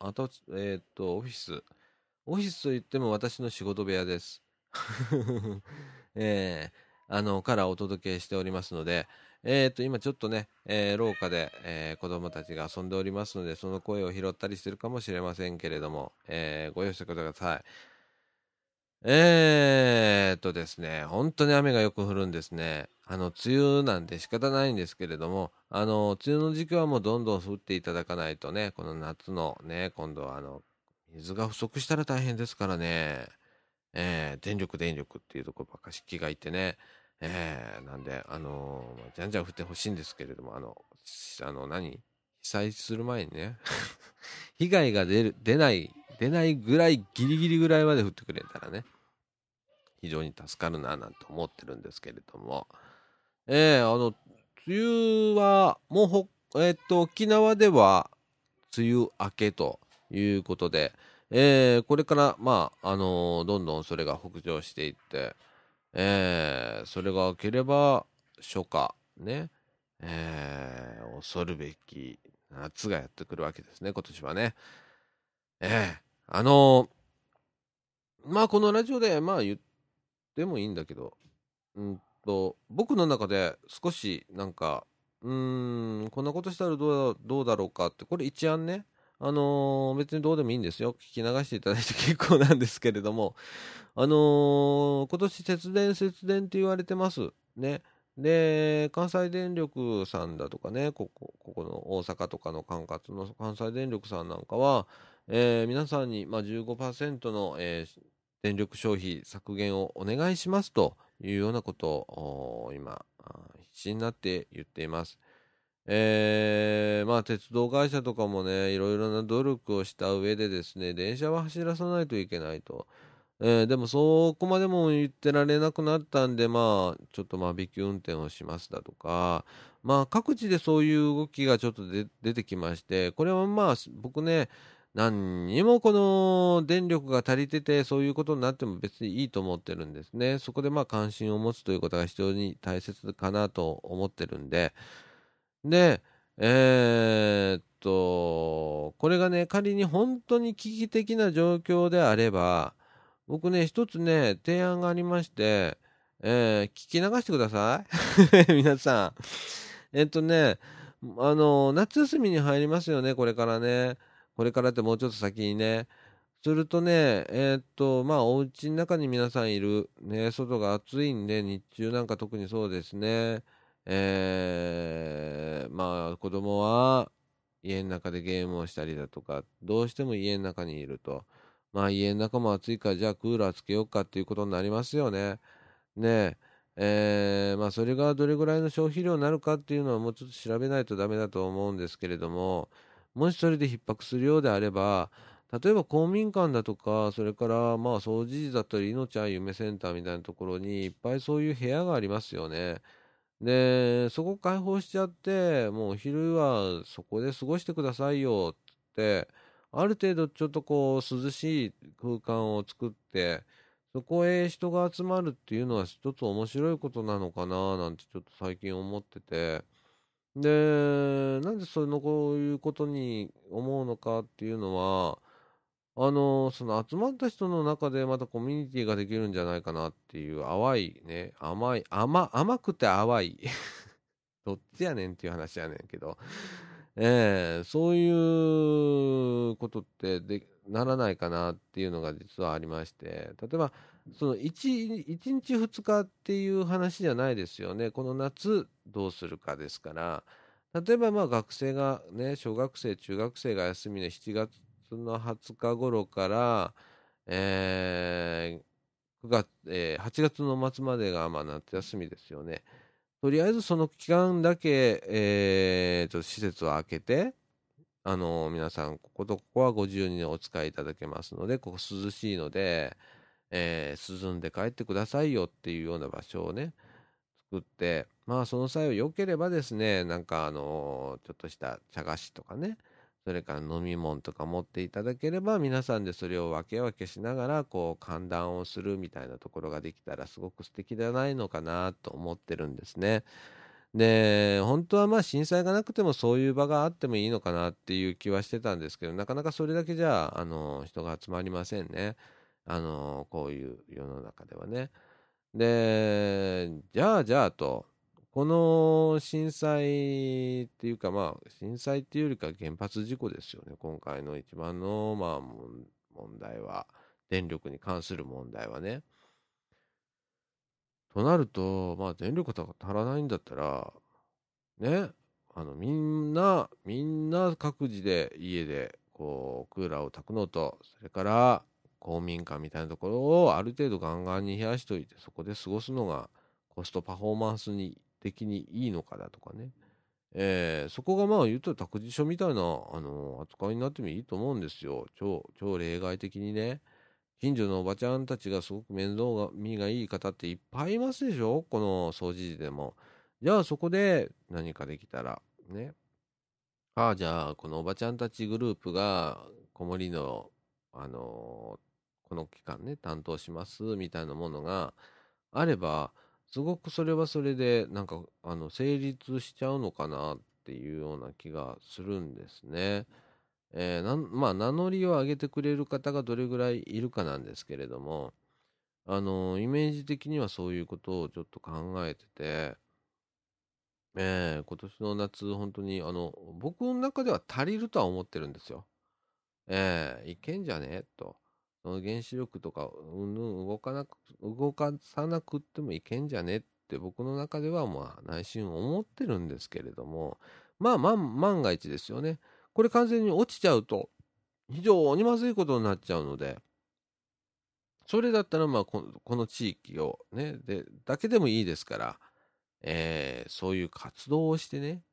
オフィスといっても私の仕事部屋です。からお届けしておりますので、今ちょっとね、廊下で、子供たちが遊んでおりますので、その声を拾ったりしてるかもしれませんけれども、ご容赦ください。ですね、本当に雨がよく降るんですね。梅雨なんで仕方ないんですけれども、梅雨の時期はもうどんどん降っていただかないとね、この夏のね、今度は水が不足したら大変ですからね、電力っていうところばっかし気がいってね、なんで、じゃんじゃん降ってほしいんですけれども、被災する前にね、被害が出ないぐらい、ギリギリぐらいまで降ってくれたらね、非常に助かるな、なんて思ってるんですけれども、梅雨は、もう沖縄では、梅雨明けということで、これから、どんどんそれが北上していって、それが明ければ初夏ね、恐るべき夏がやってくるわけですね、今年はね。このラジオで言ってもいいんだけど、僕の中で少しなんかこんなことしたらどうだろうかって、これ一案ね、別にどうでもいいんですよ、聞き流していただいて結構なんですけれども、今年節電って言われてますね。で、関西電力さんだとかね、ここの大阪とかの管轄の関西電力さんなんかは、皆さんに、15% の、電力消費削減をお願いしますというようなことを今必死になって言っています。鉄道会社とかもね、いろいろな努力をした上でですね、電車は走らさないといけないと。でもそこまでも言ってられなくなったんで、ちょっと間引き運転をしますだとか、各地でそういう動きがちょっと出てきまして、これは僕ね、何にもこの電力が足りてて、そういうことになっても別にいいと思ってるんですね。そこで関心を持つということが非常に大切かなと思ってるんで、で、これがね、仮に本当に危機的な状況であれば、僕ね、一つね、提案がありまして、聞き流してください。皆さん。夏休みに入りますよね、これからね。これからってもうちょっと先にね。するとね、お家の中に皆さんいる。ね、外が暑いんで、日中なんか特にそうですね。子供は家の中でゲームをしたりだとか、どうしても家の中にいると。家の中も暑いから、じゃあクーラーつけようかっていうことになりますよね。ねそれがどれぐらいの消費量になるかっていうのはもうちょっと調べないとダメだと思うんですけれども、もしそれで逼迫するようであれば、例えば公民館だとか、それから掃除時だったり、命あ夢センターみたいなところにいっぱいそういう部屋がありますよね。で、そこ開放しちゃって、もうお昼はそこで過ごしてくださいよって、ある程度ちょっとこう涼しい空間を作って、そこへ人が集まるっていうのは一つ面白いことなのかななんてちょっと最近思ってて、で、なんでこういうことに思うのかっていうのは、その集まった人の中でまたコミュニティができるんじゃないかなっていう淡いね、甘くて淡いどっちやねんっていう話やねんけど、そういうことってならないかなっていうのが実はありまして、例えば、その1日2日っていう話じゃないですよね。この夏どうするかですから、例えば学生がね、小学生、中学生が休みの7月の20日頃から、8月の末までが夏休みですよね。とりあえずその期間だけ、施設を開けて、皆さん、こことここはご自由にお使いいただけますので、ここ涼しいので、涼んで帰ってくださいよっていうような場所をね、作って、その際は良ければですね、ちょっとした茶菓子とかね、 それから飲み物とか持っていただければ、皆さんでそれを分け分けしながら、こう、歓談をするみたいなところができたら、すごく素敵じゃないのかなと思ってるんですね。で、本当はまあ震災がなくてもそういう場があってもいいのかなっていう気はしてたんですけど、なかなかそれだけじゃ、人が集まりませんね。こういう世の中ではね。で、じゃあと、この震災っていうか、まあ、震災っていうよりか原発事故ですよね。今回の一番の、まあ、問題は、電力に関する問題はね。となると、まあ、電力が足らないんだったら、ね、みんな各自で家で、こう、クーラーを焚くのと、それから、公民館みたいなところをある程度ガンガンに冷やしといて、そこで過ごすのがコストパフォーマンス的にいいのかだとかね。そこがまあ言うと託児所みたいな、扱いになってもいいと思うんですよ。超例外的にね。近所のおばちゃんたちがすごく面倒見がいい方っていっぱいいますでしょ、この掃除時でも。じゃあそこで何かできたら、ね。じゃあこのおばちゃんたちグループが子守の、この期間ね、担当しますみたいなものがあれば、すごくそれはそれで、なんか、成立しちゃうのかなっていうような気がするんですね。まあ、名乗りを上げてくれる方がどれぐらいいるかなんですけれども、イメージ的にはそういうことをちょっと考えてて、今年の夏、本当に、僕の中では足りるとは思ってるんですよ。いけんじゃねと。その原子力とか、動かさなくってもいけんじゃねって僕の中ではまあ内心思ってるんですけれども、万が一ですよね。これ完全に落ちちゃうと非常にまずいことになっちゃうので、それだったらまあこの地域をね、だけでもいいですから、そういう活動をしてね、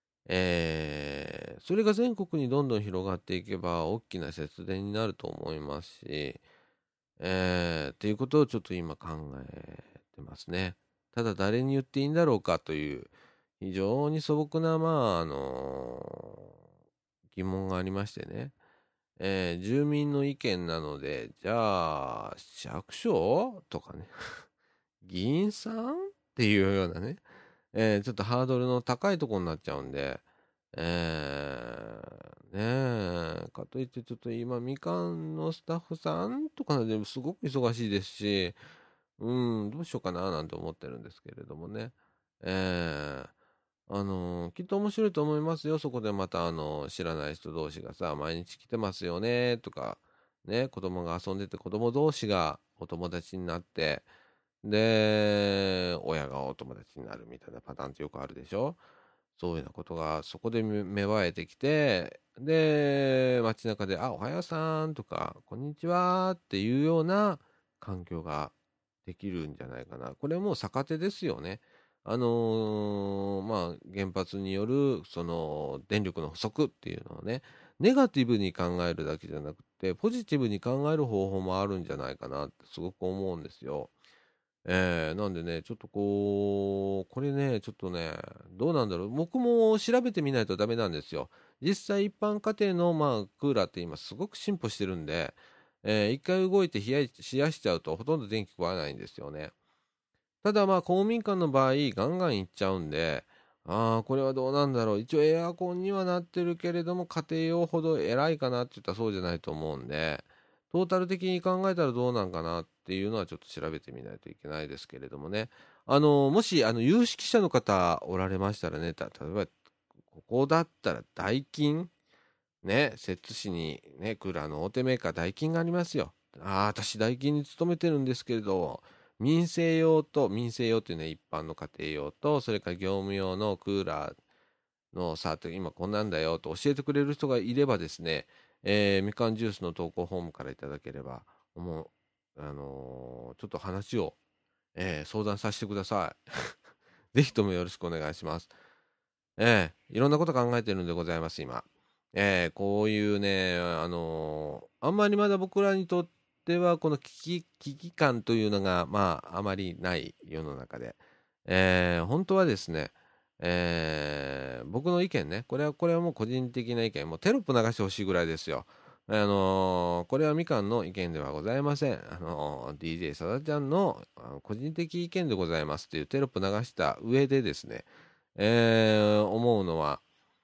それが全国にどんどん広がっていけば大きな節電になると思いますし、っていうことをちょっと今考えてますね。ただ誰に言っていいんだろうかという非常に素朴な、まあ、疑問がありましてね。住民の意見なので、じゃあ、市役所とかね、議員さんっていうようなね、ちょっとハードルの高いところになっちゃうんで、かといってちょっと今、みかんのスタッフさんとかでもすごく忙しいですし、どうしようかななんて思ってるんですけれどもね。きっと面白いと思いますよ。そこでまた、知らない人同士がさ、毎日来てますよね、とか、ね、子供が遊んでて子供同士がお友達になって、で、親がお友達になるみたいなパターンってよくあるでしょ。そういうようなことがそこで芽生えてきて、で、街中で、おはようさんとか、こんにちはっていうような環境ができるんじゃないかな。これはもう逆手ですよね。まあ、原発による、その、電力の不足っていうのをね、ネガティブに考えるだけじゃなくて、ポジティブに考える方法もあるんじゃないかなってすごく思うんですよ。なんでね、ちょっとこれね、ちょっとね、どうなんだろう。僕も調べてみないとダメなんですよ。実際一般家庭の、まあ、クーラーって今すごく進歩してるんで、一回動いて冷やしちゃうとほとんど電気食わないんですよね。ただまあ、公民館の場合、ガンガンいっちゃうんで、これはどうなんだろう。一応エアコンにはなってるけれども、家庭用ほど偉いかなって言ったらそうじゃないと思うんで、トータル的に考えたらどうなんかなっていうのはちょっと調べてみないといけないですけれどもね。もし、有識者の方おられましたらね、例えば、ここだったらダイキン、ね、摂津市にね、クーラーの大手メーカーダイキンがありますよ。私ダイキンに勤めてるんですけれど、民生用っていうね、一般の家庭用と、それから業務用のクーラーのさ、今こんなんだよと教えてくれる人がいればですね、みかんジュースの投稿フォームからいただければ、もう、ちょっと話を、相談させてください。ぜひともよろしくお願いします。いろんなこと考えてるんでございます、今。こういうね、あんまりまだ僕らにとっては、この危機感というのが、まあ、あまりない世の中で、本当はですね、 僕の意見ね、これはもう個人的な意見、もうテロップ流してほしいぐらいですよ。これはみかんの意見ではございません。DJ さだちゃんの個人的意見でございますっていうテロップ流した上でですね、思うのは、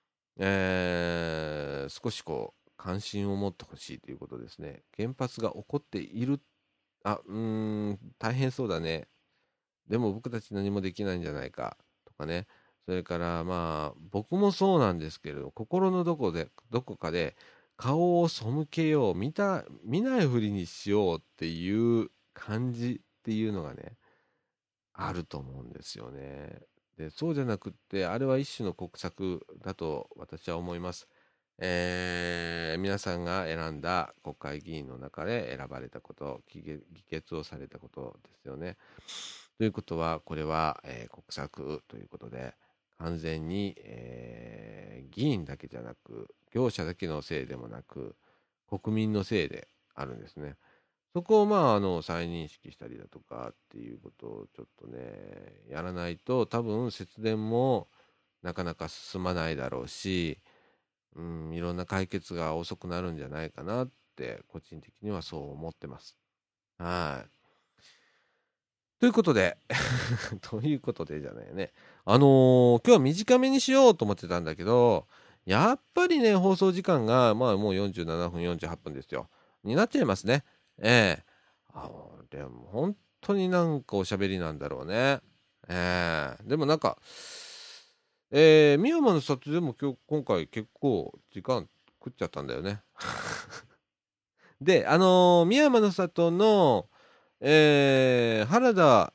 少しこう関心を持ってほしいということですね。原発が起こっている、大変そうだね。でも僕たち何もできないんじゃないかとかね。それからまあ僕もそうなんですけれど、心のどこかで顔を背けよう、見ないふりにしようっていう感じっていうのがね、あると思うんですよね。で、そうじゃなくって、あれは一種の国策だと私は思います。皆さんが選んだ国会議員の中で選ばれたこと、議決をされたことですよね。ということは、これは、国策ということで、完全に、議員だけじゃなく、業者だけのせいでもなく、国民のせいであるんですね。そこを再認識したりだとかっていうことをちょっとね、やらないと多分節電もなかなか進まないだろうし、いろんな解決が遅くなるんじゃないかなって個人的にはそう思ってます。はい。ということでということでじゃないよね。今日は短めにしようと思ってたんだけど、やっぱりね、放送時間がもう47分48分ですよ。になっちゃいますね。でも本当になんかおしゃべりなんだろうね。でもなんか、深山の里でも今回結構時間食っちゃったんだよね。で、深山の里の、原田、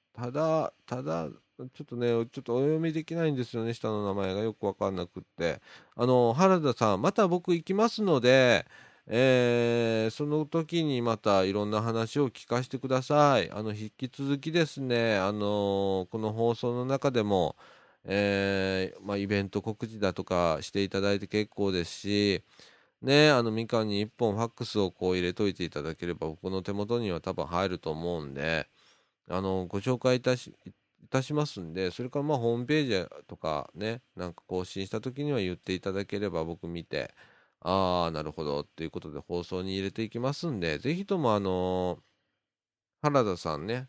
ちょっとね、ちょっとお読みできないんですよね、下の名前がよくわかんなくって。原田さん、また僕行きますので、その時にまたいろんな話を聞かせてください。引き続きですね、この放送の中でも、イベント告知だとかしていただいて結構ですし、ね、みかんに1本ファックスをこう入れといていただければ僕の手元には多分入ると思うんで、ご紹介いたしますんで、それからホームページとかね、なんか更新した時には言っていただければ僕見て、ああ、なるほどっていうことで放送に入れていきますんで、ぜひとも原田さんね、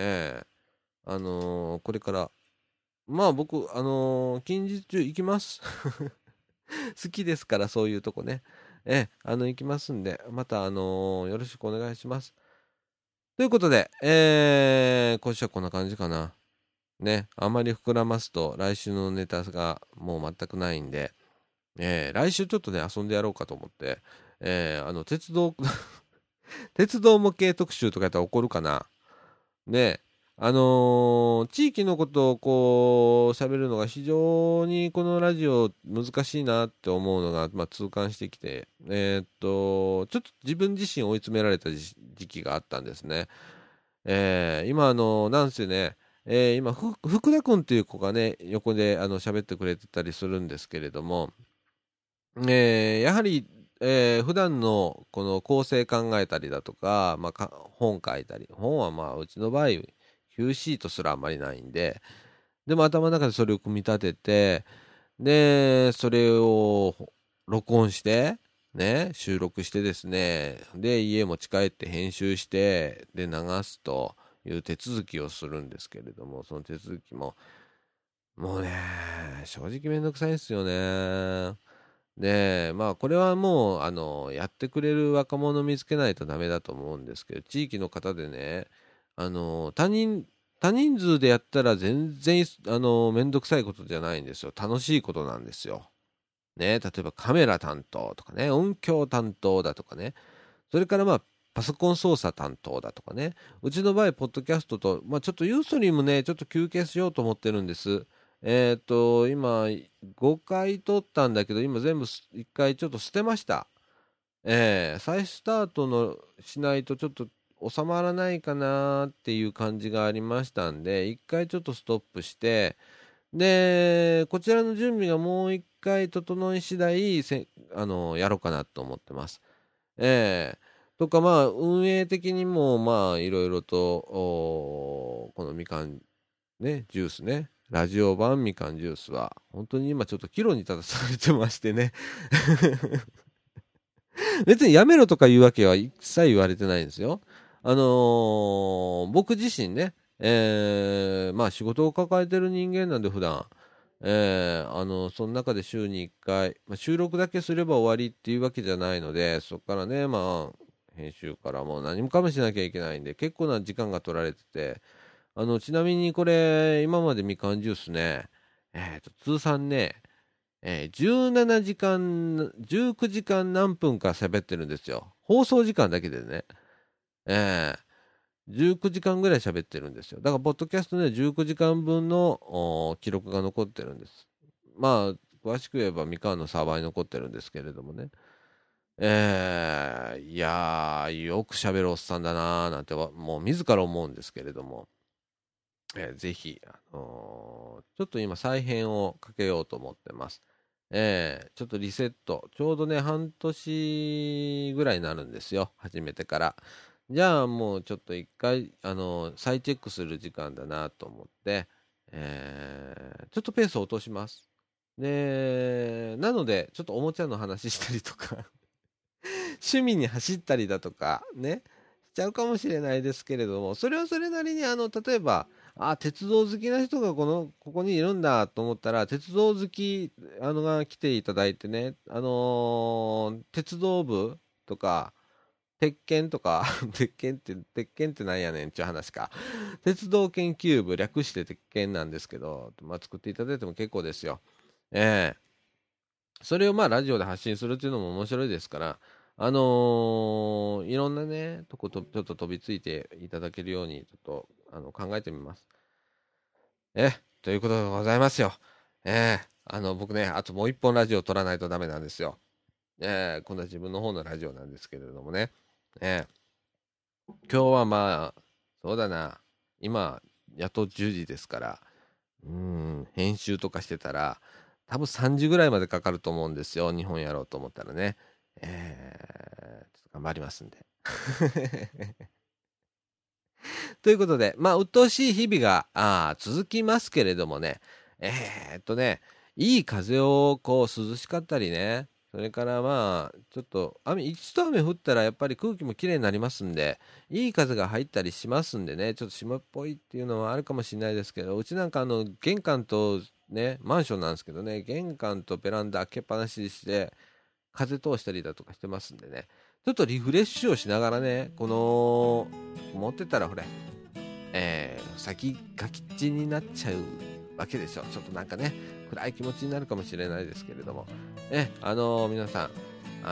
これから、僕、近日中行きます。好きですから、そういうとこね。行きますんで、また、よろしくお願いします。ということで、今週はこんな感じかな。ね、あんまり膨らますと、来週のネタがもう全くないんで、来週ちょっとね、遊んでやろうかと思って、鉄道鉄道模型特集とかやったら怒るかな。ね、地域のことをこう喋るのが非常にこのラジオ難しいなって思うのが、痛感してきて、ちょっと自分自身追い詰められた時期があったんですね。今なんせね、今福田君っていう子がね横で喋ってくれてたりするんですけれども、やはり、普段のこの構成考えたりだとか、本書いたり、本はうちの場合 QC とすらあんまりないんで、でも頭の中でそれを組み立てて、でそれを録音してね、収録してですね、で家持ち帰って編集してで流すという手続きをするんですけれども、その手続きももうね、正直めんどくさいんですよね。で、これはもうやってくれる若者見つけないとダメだと思うんですけど、地域の方でね、多人数でやったら全然めんどくさいことじゃないんですよ。楽しいことなんですよ。ね、例えばカメラ担当とかね、音響担当だとかね、それからパソコン操作担当だとかね、うちの場合、ポッドキャストと、ちょっとユーストリームね、ちょっと休憩しようと思ってるんです。今、5回撮ったんだけど、今全部1回ちょっと捨てました。再スタートのしないとちょっと収まらないかなっていう感じがありましたんで、1回ちょっとストップして、で、こちらの準備がもう1回整い次第、やろうかなと思ってます。とか運営的にもいろいろとこのみかんねジュースねラジオ版みかんジュースは本当に今ちょっと岐路に立たされてましてね別にやめろとかいうわけは一切言われてないんですよ。僕自身ね、まあ仕事を抱えてる人間なんで普段、その中で週に1回、収録だけすれば終わりっていうわけじゃないので、そこからね、編集からもう何もかもしなきゃいけないんで、結構な時間が取られてて、ちなみにこれ、今までみかんジュースね、通算ね、17時間、19時間何分か喋ってるんですよ。放送時間だけでね。19時間ぐらい喋ってるんですよ。だから、ポッドキャストね、19時間分の記録が残ってるんです。まあ、詳しく言えばみかんのサーバーに残ってるんですけれどもね。いやー、よく喋るおっさんだなーなんてもう自ら思うんですけれども、ぜひ、ちょっと今再編をかけようと思ってます。ちょっとリセット、ちょうどね、半年ぐらいになるんですよ、始めてから。じゃあもうちょっと一回、再チェックする時間だなと思って、ちょっとペースを落とします。で、なので、ちょっとおもちゃの話したりとか、趣味に走ったりだとか、ね、しちゃうかもしれないですけれども、それはそれなりに、例えば、鉄道好きな人がここにいるんだと思ったら、鉄道好き、が来ていただいてね、鉄道部とか、鉄拳とか、鉄拳ってなんやねんっていう話か。鉄道研究部、略して鉄拳なんですけど、作っていただいても結構ですよ。それをラジオで発信するっていうのも面白いですから、いろんなね、ちょっと飛びついていただけるように、ちょっと、考えてみます。ということでございますよ。僕ね、あともう一本ラジオ撮らないとダメなんですよ。今度は自分の方のラジオなんですけれどもね。今日はそうだな、今、やっと10時ですから、編集とかしてたら、多分3時ぐらいまでかかると思うんですよ。2本やろうと思ったらね。ちょっと頑張りますんで。ということで、鬱陶しい日々が続きますけれどもね、いい風を涼しかったりね、それからちょっと一度雨降ったらやっぱり空気もきれいになりますんで、いい風が入ったりしますんでね、ちょっと湿っぽいっていうのはあるかもしれないですけど、うちなんか玄関とね、マンションなんですけどね、玄関とベランダ開けっぱなしにして、風通したりだとかしてますんでね、ちょっとリフレッシュをしながらね、持ってたらほれ、先がきっちになっちゃうわけでしょ。ちょっとなんかね、暗い気持ちになるかもしれないですけれども、皆さん、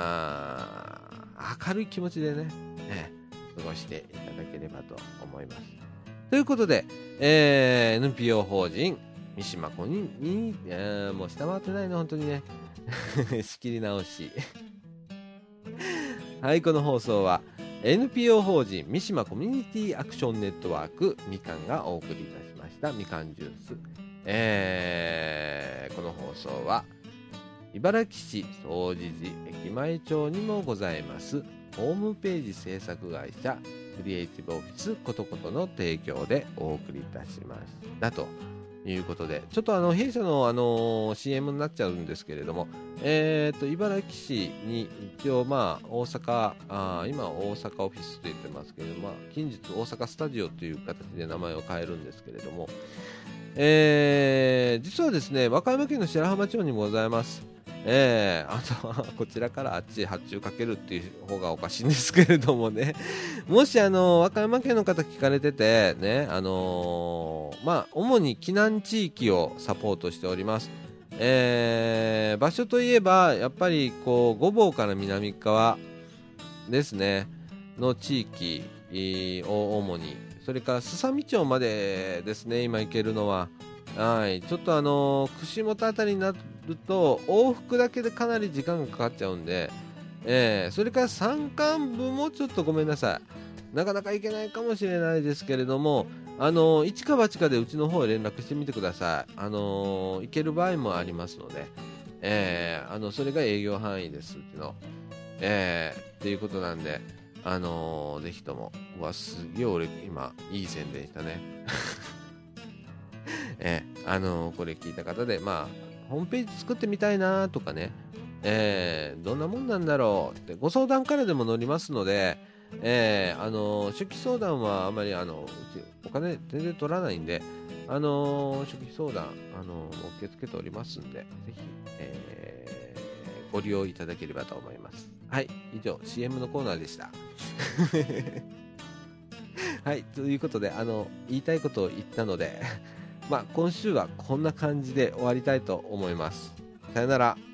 明るい気持ちでね、過ごしていただければと思います。ということで、NPO 法人三島コミュニティ、もう下回ってないの、本当にね。仕切り直し。はい、この放送は、NPO 法人三島コミュニティアクションネットワークみかんがお送りいたしましたみかんジュース、この放送は茨城市総持寺駅前町にもございますホームページ制作会社クリエイティブオフィスことことの提供でお送りいたしましたということで、ちょっと弊社のCM になっちゃうんですけれども、茨城市に一応大阪今大阪オフィスと言ってますけれども、近日大阪スタジオという形で名前を変えるんですけれども、実はですね和歌山県の白浜町にもございます。あとはこちらからあっちへ発注かけるっていう方がおかしいんですけれどもねもし和歌山県の方聞かれててね、主に避難地域をサポートしております。場所といえばやっぱり御坊から南側ですねの地域を主に、それからすさみ町までですね今行けるのは。はい、ちょっと串本あたりになると往復だけでかなり時間がかかっちゃうんで、それから山間部もちょっとごめんなさい、なかなか行けないかもしれないですけれども、一か八かでうちの方へ連絡してみてください。行ける場合もありますので、それが営業範囲です、うちの。っていうことなんで、ぜひとも、すげえ俺今いい宣伝したね。 これ聞いた方で、まあ、ホームページ作ってみたいなとかね、どんなもんなんだろうってご相談からでも乗りますので、初期相談はあまりうちお金全然取らないんで、初期相談受け付けておりますんで、ぜひ、ご利用いただければと思います。はい、以上 CM のコーナーでしたはい、ということで言いたいことを言ったのでまあ今週はこんな感じで終わりたいと思います。さよなら。